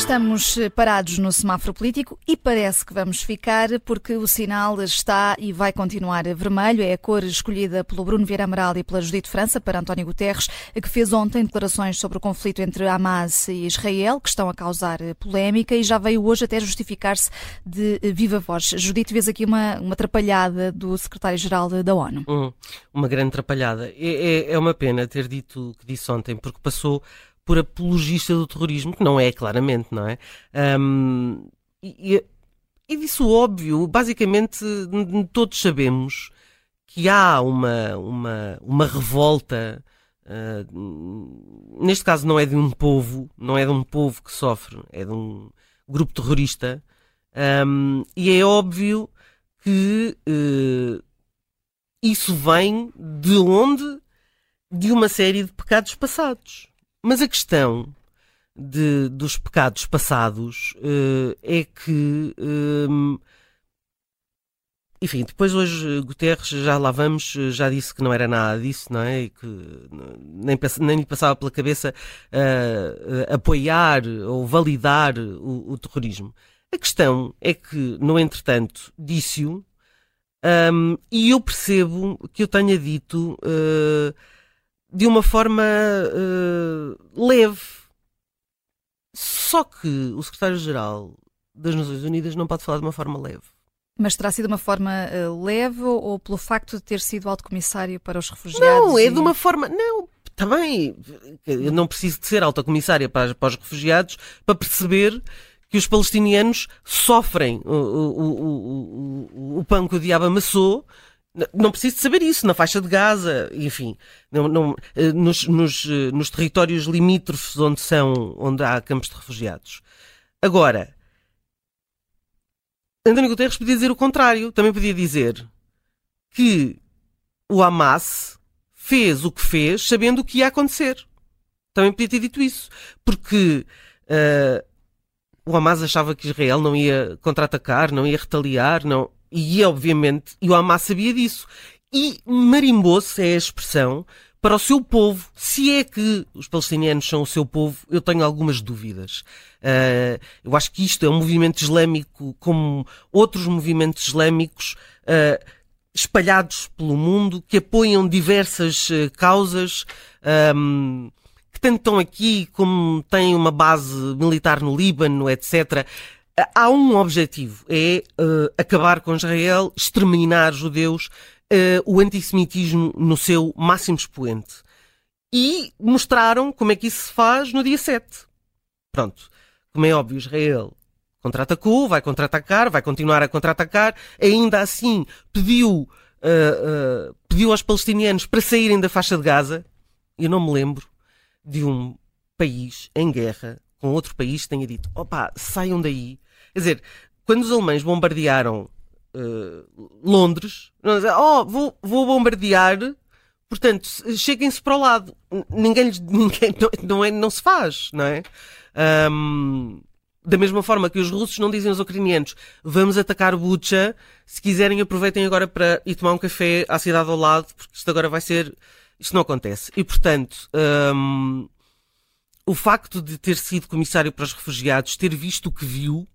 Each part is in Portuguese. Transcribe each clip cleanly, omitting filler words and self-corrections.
Estamos parados no semáforo político e parece que vamos ficar porque o sinal está e vai continuar vermelho. É a cor escolhida pelo Bruno Vieira Amaral e pela Judite França para António Guterres, que fez ontem declarações sobre o conflito entre Hamas e Israel, que estão a causar polémica, e já veio hoje até justificar-se de viva voz. Judite, vês aqui uma atrapalhada do secretário-geral da ONU. Uma grande atrapalhada. É uma pena ter dito o que disse ontem, porque passou por apologista do terrorismo, que não é, claramente, não é? E disse o óbvio. Basicamente, todos sabemos que há uma revolta. Neste caso não é de um povo que sofre, é de um grupo terrorista. E é óbvio que isso vem de onde? De uma série de pecados passados. Mas a questão dos pecados passados é que, enfim, depois hoje Guterres, já lá vamos, já disse que não era nada disso, não é? E que nem lhe passava pela cabeça apoiar ou validar o terrorismo. A questão é que, no entretanto, disse-o, e eu percebo que eu tenha dito de uma forma leve. Só que o secretário-geral das Nações Unidas não pode falar de uma forma leve. Mas terá sido uma forma leve ou pelo facto de ter sido alto comissário para os refugiados? Não, é de uma forma... Não, também. Eu não preciso de ser alta comissária para os refugiados para perceber que os palestinianos sofrem o pão que o diabo amassou. Não preciso de saber isso, na faixa de Gaza, enfim, nos territórios limítrofes onde há campos de refugiados. Agora, António Guterres podia dizer o contrário. Também podia dizer que o Hamas fez o que fez sabendo o que ia acontecer. Também podia ter dito isso. Porque o Hamas achava que Israel não ia contra-atacar, não ia retaliar, não... E, obviamente, o Hamas sabia disso. E marimbou-se, é a expressão, para o seu povo. Se é que os palestinianos são o seu povo, eu tenho algumas dúvidas. Eu acho que isto é um movimento islâmico como outros movimentos islâmicos espalhados pelo mundo, que apoiam diversas causas, que tanto estão aqui como têm uma base militar no Líbano, etc. Há um objetivo, é acabar com Israel, exterminar judeus, o antissemitismo no seu máximo expoente. E mostraram como é que isso se faz no dia 7. Pronto. Como é óbvio, Israel contra-atacou, vai contra-atacar, vai continuar a contra-atacar. Ainda assim, pediu aos palestinianos para saírem da faixa de Gaza. Eu não me lembro de um país em guerra com outro país que tenha dito, saiam daí. Quer dizer, quando os alemães bombardearam Londres, vou bombardear, portanto, cheguem-se para o lado. Ninguém não se faz, não é? Da mesma forma que os russos não dizem aos ucranianos, vamos atacar Bucha, se quiserem aproveitem agora para ir tomar um café à cidade ao lado, porque isto agora vai ser... Isto não acontece. E, portanto... o facto de ter sido comissário para os refugiados, ter visto o que viu,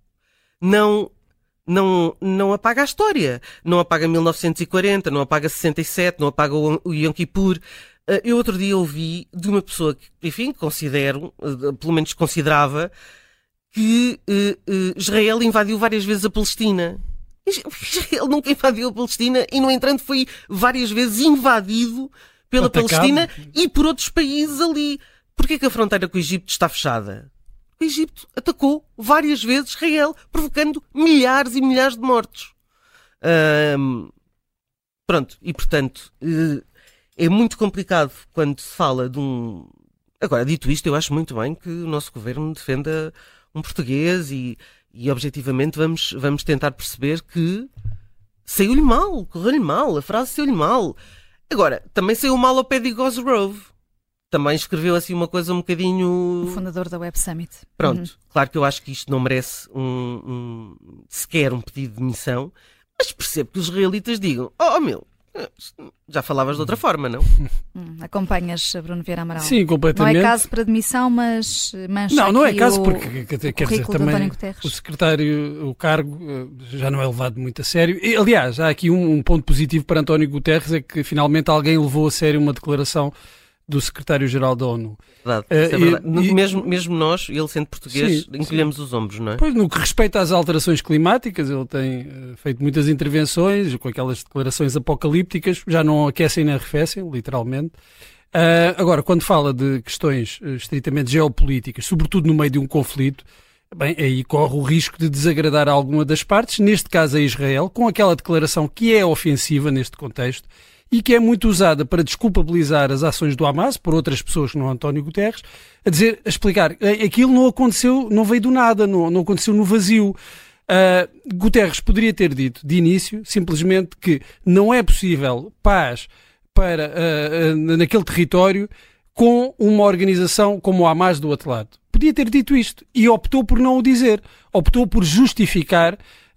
não apaga a história. Não apaga 1940, não apaga 67, não apaga o Yom Kippur. Eu outro dia ouvi de uma pessoa que, enfim, considero, pelo menos considerava, que Israel invadiu várias vezes a Palestina. Israel nunca invadiu a Palestina e, no entanto, foi várias vezes invadido pela Palestina e por outros países ali. Porquê que a fronteira com o Egito está fechada? O Egito atacou várias vezes Israel, provocando milhares e milhares de mortos. Pronto, e portanto, é muito complicado quando se fala de um... Agora, dito isto, eu acho muito bem que o nosso governo defenda um português e objetivamente vamos tentar perceber que saiu-lhe mal, correu-lhe mal, a frase saiu-lhe mal. Agora, também saiu mal ao pé de Cosgrove. Também escreveu assim uma coisa um bocadinho... O fundador da Web Summit. Pronto, claro que eu acho que isto não merece sequer um pedido de demissão, mas percebo que os israelitas digam, Já falavas de outra forma, não? Acompanhas Bruno Vieira Amaral? Sim, completamente. Não é caso para demissão, mas mancha não é aqui caso porque quer dizer também Guterres. O secretário, o cargo já não é levado muito a sério. E, aliás, há aqui um ponto positivo para António Guterres, é que finalmente alguém levou a sério uma declaração do secretário-geral da ONU. Verdade, isso é verdade. Mesmo nós, ele sendo português, encolhemos os ombros, não é? Pois, no que respeita às alterações climáticas, ele tem feito muitas intervenções, com aquelas declarações apocalípticas, já não aquecem nem arrefecem, literalmente. Agora, quando fala de questões estritamente geopolíticas, sobretudo no meio de um conflito, bem, aí corre o risco de desagradar a alguma das partes, neste caso a Israel, com aquela declaração que é ofensiva neste contexto, e que é muito usada para desculpabilizar as ações do Hamas por outras pessoas que não António Guterres, a explicar, aquilo não aconteceu, não veio do nada, não aconteceu no vazio. Guterres poderia ter dito de início, simplesmente, que não é possível paz naquele território com uma organização como o Hamas do outro lado. Podia ter dito isto e optou por não o dizer, optou por justificar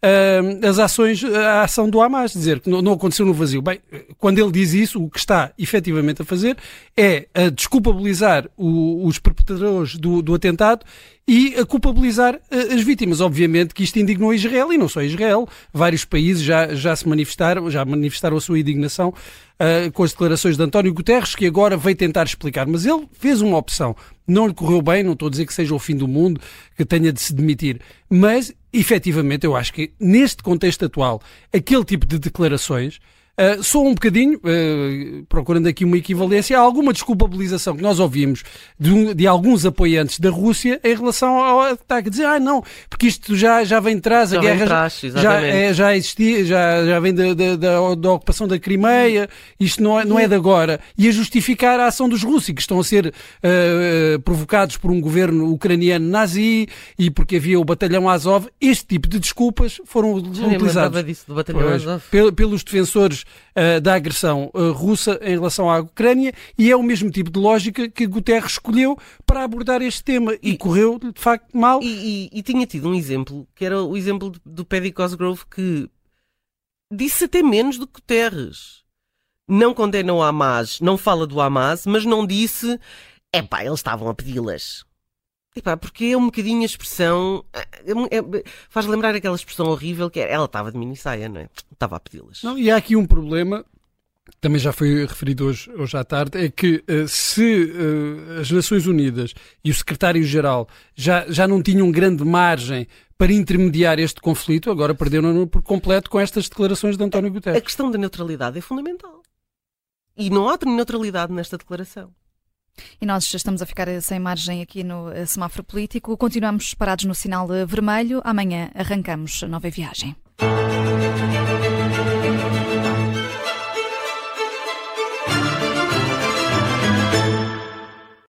as ações, a ação do Hamas, dizer que não aconteceu no vazio. Bem, quando ele diz isso, o que está efetivamente a fazer é a desculpabilizar os perpetradores do atentado e a culpabilizar as vítimas. Obviamente que isto indignou Israel, e não só Israel, vários países já manifestaram a sua indignação com as declarações de António Guterres, que agora veio tentar explicar. Mas ele fez uma opção. Não lhe correu bem, não estou a dizer que seja o fim do mundo, que tenha de se demitir. Mas, efetivamente, eu acho que neste contexto atual, aquele tipo de declarações soa um bocadinho, procurando aqui uma equivalência, a alguma desculpabilização que nós ouvimos de alguns apoiantes da Rússia em relação ao ataque. Dizer, não, porque isto já vem de trás, a guerra já existia, já vem da ocupação da Crimeia, isto não é de agora. E a justificar a ação dos russos, que estão a ser provocados por um governo ucraniano nazi e porque havia o batalhão Azov. Este tipo de desculpas foram utilizadas disso, do batalhão Azov. Pelos defensores da agressão russa em relação à Ucrânia, e é o mesmo tipo de lógica que Guterres escolheu para abordar este tema e correu de facto mal. E tinha tido um exemplo, que era o exemplo do Paddy Cosgrove, que disse até menos do que Guterres. Não condena o Hamas, não fala do Hamas, mas não disse eles estavam a pedi-las. Porque é um bocadinho a expressão... faz lembrar aquela expressão horrível que ela estava de minissaia, não é? Estava a pedi-las. Não, e há aqui um problema, que também já foi referido hoje à tarde, é que se as Nações Unidas e o Secretário-Geral já não tinham grande margem para intermediar este conflito, agora perderam-no por completo com estas declarações de António Guterres. A questão da neutralidade é fundamental. E não há neutralidade nesta declaração. E nós estamos a ficar sem margem aqui no semáforo político. Continuamos parados no sinal vermelho. Amanhã arrancamos nova viagem.